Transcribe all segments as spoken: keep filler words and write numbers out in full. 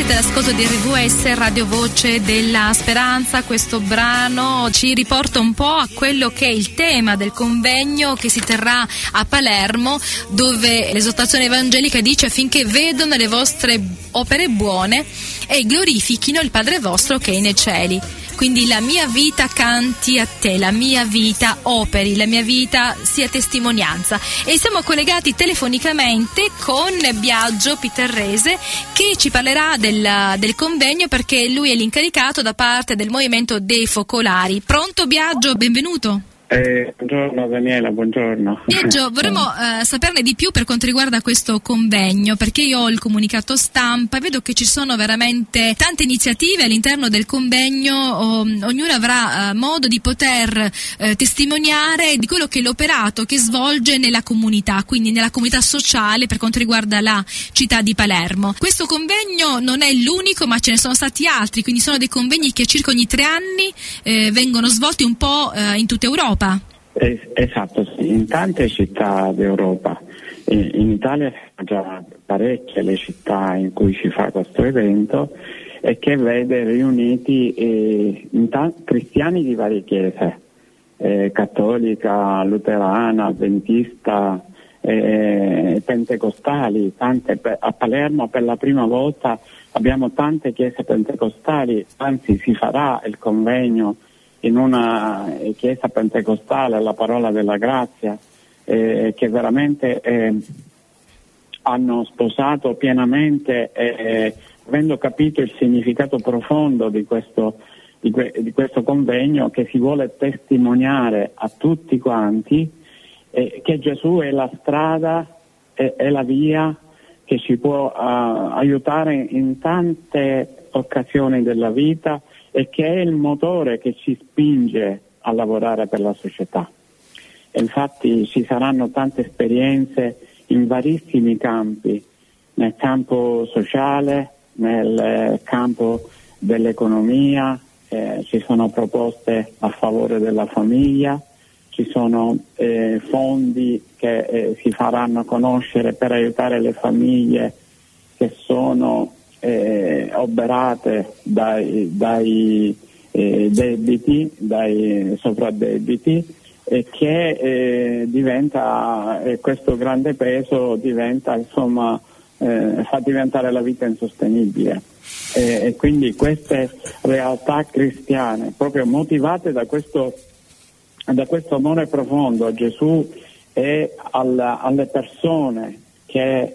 Siete all'ascolto di R V S, Radio Voce della Speranza. Questo brano ci riporta un po' a quello che è il tema del convegno che si terrà a Palermo, dove l'esortazione evangelica dice: affinché vedano le vostre opere buone e glorifichino il Padre vostro che è nei cieli. Quindi la mia vita canti a te, la mia vita operi, la mia vita sia testimonianza. E siamo collegati telefonicamente con Biagio Pitarrese, che ci parlerà del, del convegno, perché lui è l'incaricato da parte del Movimento dei Focolari. Pronto Biagio, benvenuto. Eh, buongiorno Daniela, buongiorno. Biagio, vorremmo eh, saperne di più per quanto riguarda questo convegno, perché io ho il comunicato stampa e vedo che ci sono veramente tante iniziative all'interno del convegno. O, ognuno avrà eh, modo di poter eh, testimoniare di quello che è l'operato che svolge nella comunità, quindi nella comunità sociale per quanto riguarda la città di Palermo. Questo convegno non è l'unico, ma ce ne sono stati altri, quindi sono dei convegni che circa ogni tre anni eh, vengono svolti un po' eh, in tutta Europa. Es- esatto, sì, in tante città d'Europa. In, in Italia sono già parecchie le città in cui si fa questo evento e che vede riuniti eh, in ta- cristiani di varie chiese, eh, cattolica, luterana, adventista, eh, pentecostali. Tante pe- a Palermo per la prima volta abbiamo tante chiese pentecostali, anzi si farà il convegno in una chiesa pentecostale alla Parola della Grazia, eh, che veramente eh, hanno sposato pienamente, eh, avendo capito il significato profondo di questo, di, que- di questo convegno, che si vuole testimoniare a tutti quanti eh, che Gesù è la strada, è, è la via che ci può uh, aiutare in tante occasioni della vita, e che è il motore che ci spinge a lavorare per la società. E infatti ci saranno tante esperienze in varissimi campi, nel campo sociale, nel campo dell'economia, eh, ci sono proposte a favore della famiglia, ci sono eh, fondi che eh, si faranno conoscere per aiutare le famiglie che sono Eh, oberate dai, dai eh, debiti, dai sovraddebiti, e che eh, diventa eh, questo grande peso diventa insomma eh, fa diventare la vita insostenibile, eh, e quindi queste realtà cristiane, proprio motivate da questo da questo amore profondo a Gesù e alla, alle persone, che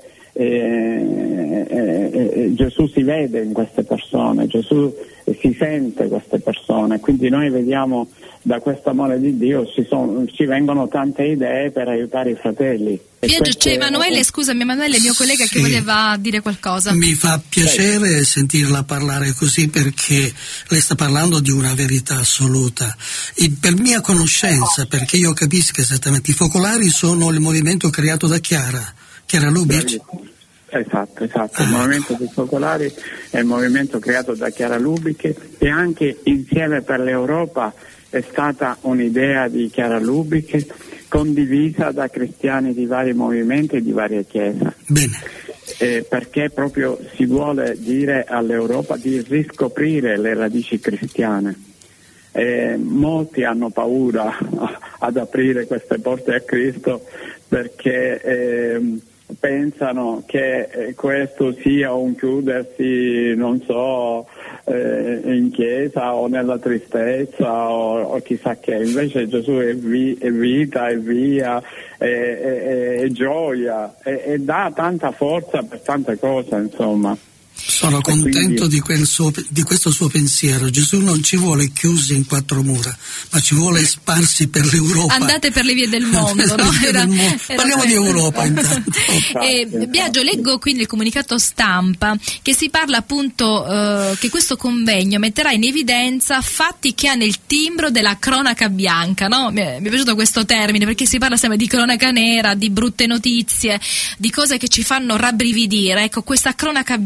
Eh, eh, eh, Gesù si vede in queste persone, Gesù eh, si sente queste persone, quindi noi vediamo da questo amore di Dio ci, sono, ci vengono tante idee per aiutare i fratelli. Biagio, c'è Emanuele, scusami Emanuele, mio collega, sì, che voleva dire qualcosa. Mi fa piacere sì. sentirla parlare così, perché lei sta parlando di una verità assoluta. E per mia conoscenza, perché io capisco esattamente, i Focolari sono il movimento creato da Chiara Chiara Lubich. Esatto, esatto. Il ah. movimento dei Focolari è il movimento creato da Chiara Lubich, e anche Insieme per l'Europa è stata un'idea di Chiara Lubich, condivisa da cristiani di vari movimenti e di varie chiese. Bene. Eh, perché proprio si vuole dire all'Europa di riscoprire le radici cristiane. Eh, molti hanno paura ad aprire queste porte a Cristo, perché eh, pensano che eh, questo sia un chiudersi, non so, eh, in chiesa o nella tristezza o, o chissà che. Invece Gesù è, vi, è vita, è via, è, è, è gioia, e, e dà tanta forza per tante cose, insomma. Sono contento di, quel suo, di questo suo pensiero. Gesù non ci vuole chiusi in quattro mura, ma ci vuole sparsi per l'Europa. Andate per le vie del mondo, no? Era, del mondo. Era Parliamo questo. Di Europa intanto. E, Biagio, leggo quindi il comunicato stampa che si parla appunto eh, che questo convegno metterà in evidenza fatti che ha nel timbro della cronaca bianca, no? Mi è, mi è piaciuto questo termine, perché si parla sempre di cronaca nera, di brutte notizie, di cose che ci fanno rabbrividire. Ecco, questa cronaca bianca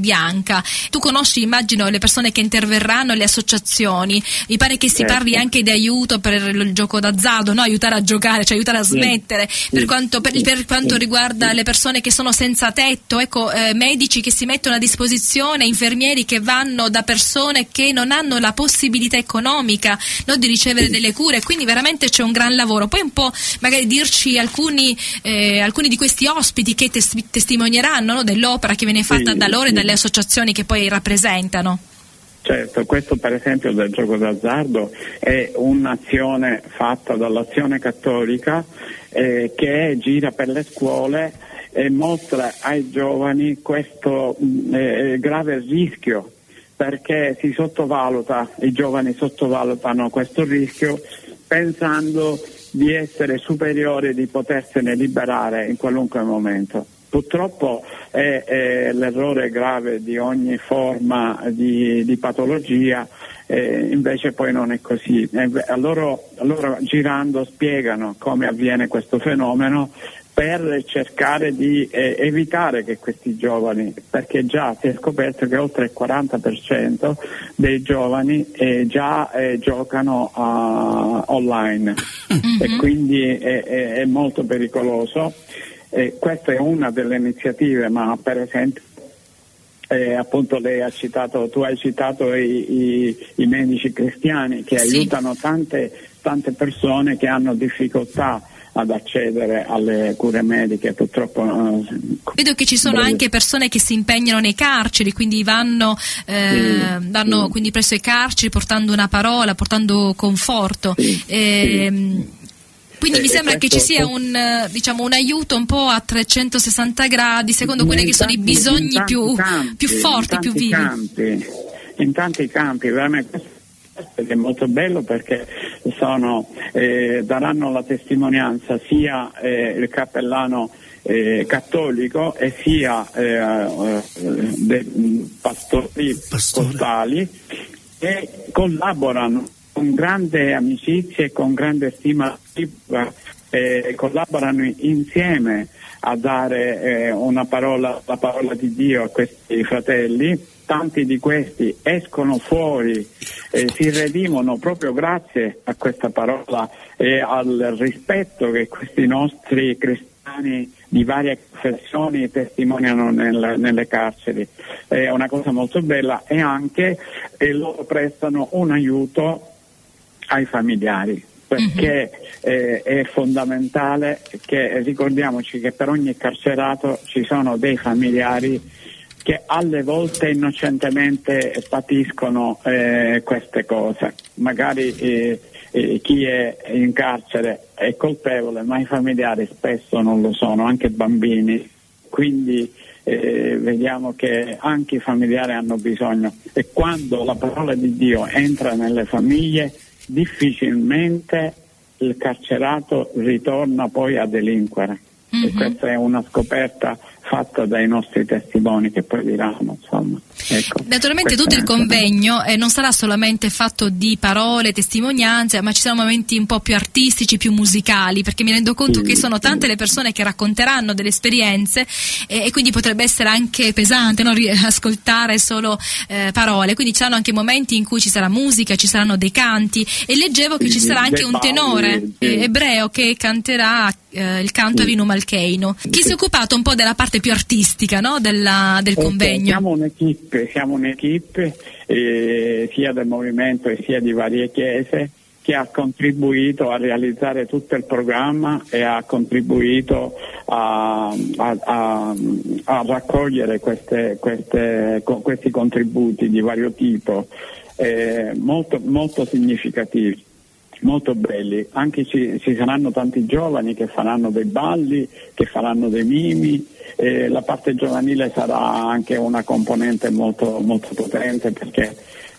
economica. Tu conosci, immagino, le persone che interverranno, le associazioni, mi pare che si certo. parli anche di aiuto per il gioco d'azzardo, no? Aiutare a giocare, cioè aiutare a smettere, sì. per quanto, per, per quanto riguarda le persone che sono senza tetto, ecco, eh, medici che si mettono a disposizione, infermieri che vanno da persone che non hanno la possibilità economica, no, di ricevere delle cure, quindi veramente c'è un gran lavoro. Poi un po' magari dirci alcuni, eh, alcuni di questi ospiti che tes- testimonieranno, no, dell'opera che viene fatta sì, da loro sì. e dalle associazioni che poi rappresentano. Certo, questo per esempio del gioco d'azzardo è un'azione fatta dall'Azione Cattolica eh, che gira per le scuole e mostra ai giovani questo eh, grave rischio, perché si sottovaluta, i giovani sottovalutano questo rischio pensando di essere superiori, di potersene liberare in qualunque momento. Purtroppo è, è l'errore grave di ogni forma di, di patologia, eh, invece poi non è così. E loro, loro girando spiegano come avviene questo fenomeno per cercare di eh, evitare che questi giovani, perché già si è scoperto che oltre il quaranta per cento dei giovani eh, già eh, giocano uh, online mm-hmm. e quindi è, è, è molto pericoloso. Eh, questa è una delle iniziative, ma per esempio eh, appunto lei ha citato, tu hai citato i, i, i medici cristiani che sì. aiutano tante, tante persone che hanno difficoltà ad accedere alle cure mediche, purtroppo. Vedo che ci sono anche persone che si impegnano nei carceri, quindi vanno, eh, sì, vanno sì. quindi presso i carceri portando una parola, portando conforto. Sì, eh, sì. Quindi eh, mi sembra questo, che ci sia un, diciamo, un aiuto un po' a trecentosessanta gradi secondo quelli che sono i bisogni più, campi, più forti, più vivi. Campi, in tanti campi, veramente. È molto bello perché sono, eh, daranno la testimonianza sia eh, il cappellano eh, cattolico e sia eh, dei pastori postali che collaborano con grande amicizia e con grande stima, eh, collaborano insieme a dare eh, una parola, la parola di Dio a questi fratelli. Tanti di questi escono fuori, eh, si redimono proprio grazie a questa parola e al rispetto che questi nostri cristiani di varie confessioni testimoniano nel, nelle carceri. È una cosa molto bella e anche eh, loro prestano un aiuto ai familiari, perché eh, è fondamentale che ricordiamoci che per ogni carcerato ci sono dei familiari che alle volte innocentemente patiscono eh, queste cose. Magari eh, eh, chi è in carcere è colpevole, ma i familiari spesso non lo sono, anche bambini. Quindi eh, vediamo che anche i familiari hanno bisogno, e quando la parola di Dio entra nelle famiglie difficilmente il carcerato ritorna poi a delinquere. Mm-hmm. E questa è una scoperta fatta dai nostri testimoni che poi diranno, insomma. Ecco, naturalmente tutto il convegno eh, non sarà solamente fatto di parole, testimonianze, ma ci saranno momenti un po' più artistici, più musicali, perché mi rendo conto sì, che sono tante sì. le persone che racconteranno delle esperienze eh, e quindi potrebbe essere anche pesante, no? ascoltare solo eh, parole, quindi ci saranno anche momenti in cui ci sarà musica, ci saranno dei canti, e leggevo che sì, ci sarà anche un tenore sì. eh, ebreo che canterà eh, il canto sì. a Vino Malcheino. Chi sì. si è occupato un po' della parte più artistica, no? Della, del okay, convegno? Siamo un'equipe, siamo un'equipe eh, sia del movimento e sia di varie chiese, che ha contribuito a realizzare tutto il programma e ha contribuito a, a, a, a raccogliere queste, queste, questi contributi di vario tipo, eh, molto, molto significativi. Molto belli, anche ci, ci saranno tanti giovani che faranno dei balli, che faranno dei mimi, eh, la parte giovanile sarà anche una componente molto, molto potente, perché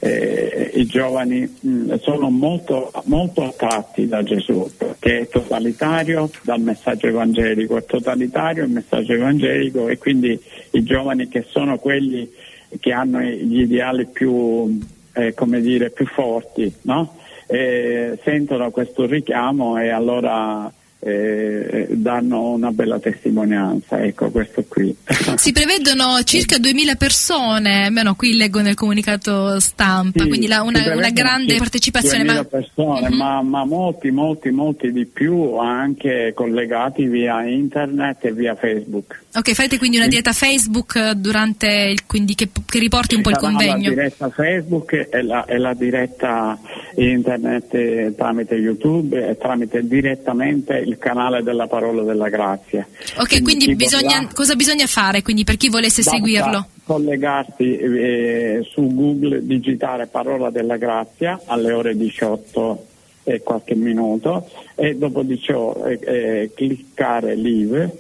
eh, i giovani mh, sono molto, molto attratti da Gesù, perché è totalitario dal messaggio evangelico, è totalitario il messaggio evangelico, e quindi i giovani che sono quelli che hanno gli ideali più, eh, come dire, più forti, no? E sentono questo richiamo e allora Eh, danno una bella testimonianza, ecco, questo qui. Si prevedono circa duemila persone, almeno qui leggo nel comunicato stampa, sì, quindi la, una, una grande partecipazione. duemila ma... persone, uh-huh. ma, ma molti, molti, molti di più anche collegati via internet e via Facebook. Ok, fate quindi una diretta Facebook durante il, quindi che, che riporti un po' il convegno. La diretta Facebook e la, e la diretta internet eh, tramite YouTube e tramite direttamente il canale della Parola della Grazia. Ok, quindi, quindi bisogna, potrà, cosa bisogna fare quindi per chi volesse seguirlo? Collegarsi eh, su Google, digitare Parola della Grazia alle ore diciotto e qualche minuto e dopo di ciò eh, eh, cliccare live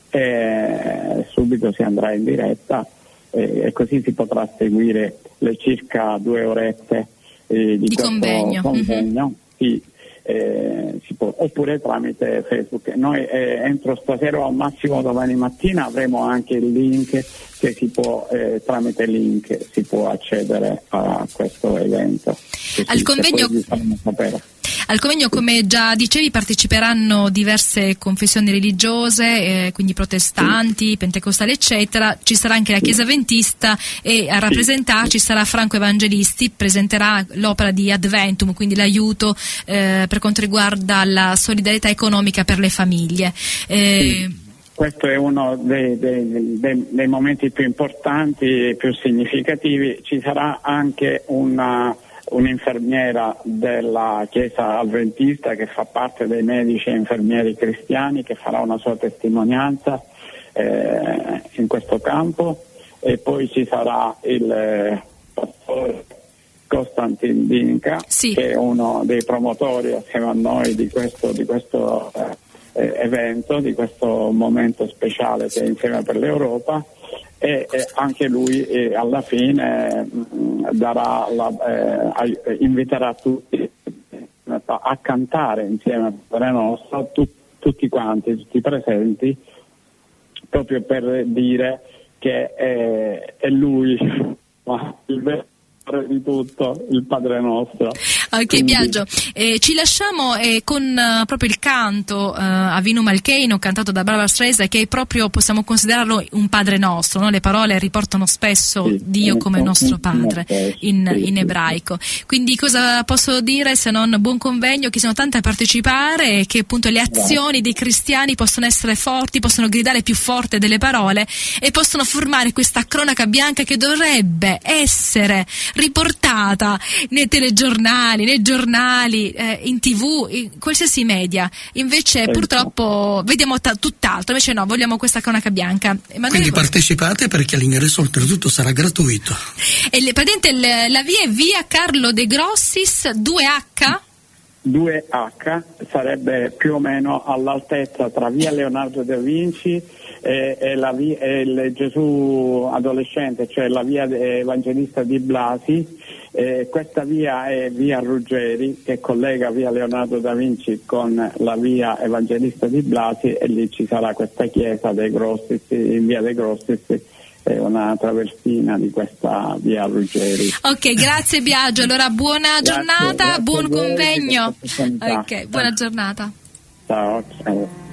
e subito si andrà in diretta eh, e così si potrà seguire le circa due orette eh, di, di convegno, convegno. Mm-hmm. Sì. Eh, si può, oppure tramite Facebook. Noi eh, entro stasera o al massimo domani mattina avremo anche il link che si può eh, tramite link si può accedere a questo evento. Al convegno, al convegno, come già dicevi, parteciperanno diverse confessioni religiose, eh, quindi protestanti, sì. pentecostali eccetera. Ci sarà anche la Chiesa sì. Adventista e a rappresentarci sì. sarà Franco Evangelisti, presenterà l'opera di Adventum, quindi l'aiuto eh, per quanto riguarda la solidarietà economica per le famiglie. Eh, sì. Questo è uno dei, dei, dei, dei momenti più importanti e più significativi. Ci sarà anche una, un'infermiera della Chiesa Adventista che fa parte dei medici e infermieri cristiani che farà una sua testimonianza eh, in questo campo e poi ci sarà il eh, pastore Costantin Dinka sì. che è uno dei promotori assieme a noi di questo, di questo eh, evento, di questo momento speciale che è Insieme per l'Europa e, e anche lui eh, alla fine mh, darà la, eh, inviterà tutti a cantare insieme a Padre Nostro, tu, tutti quanti, tutti presenti, proprio per dire che è, è lui il vero di tutto, il Padre Nostro. Ok, quindi... Biagio, eh, ci lasciamo eh, con uh, proprio il canto uh, Avinu Malkeinu cantato da Barbara Streisand, che è proprio, possiamo considerarlo un Padre Nostro, no? Le parole riportano spesso sì, Dio come nostro Padre in, sì, in ebraico. Quindi cosa posso dire se non buon convegno, che sono tanti a partecipare e che appunto le azioni dei cristiani possono essere forti, possono gridare più forte delle parole e possono formare questa cronaca bianca che dovrebbe essere riportata nei telegiornali, nei giornali, eh, in tv, in qualsiasi media. Invece eh, purtroppo vediamo t- tutt'altro, invece no, vogliamo questa cronaca bianca. Magari Quindi partecipate perché l'ingresso oltretutto sarà gratuito. E le, praticamente le, la via è via Carlo De Grossis due acca? due acca sarebbe più o meno all'altezza tra via Leonardo da Vinci e, e, la via, e il Gesù adolescente, cioè la via Evangelista di Blasi. Eh, questa via è via Ruggeri che collega via Leonardo da Vinci con la via Evangelista di Blasi e lì ci sarà questa chiesa dei Grossis, in via dei Grossis, è una traversina di questa via Ruggeri. Ok, grazie Biagio, allora buona grazie, giornata, grazie buon convegno. Ok, buona giornata. Ciao, ciao.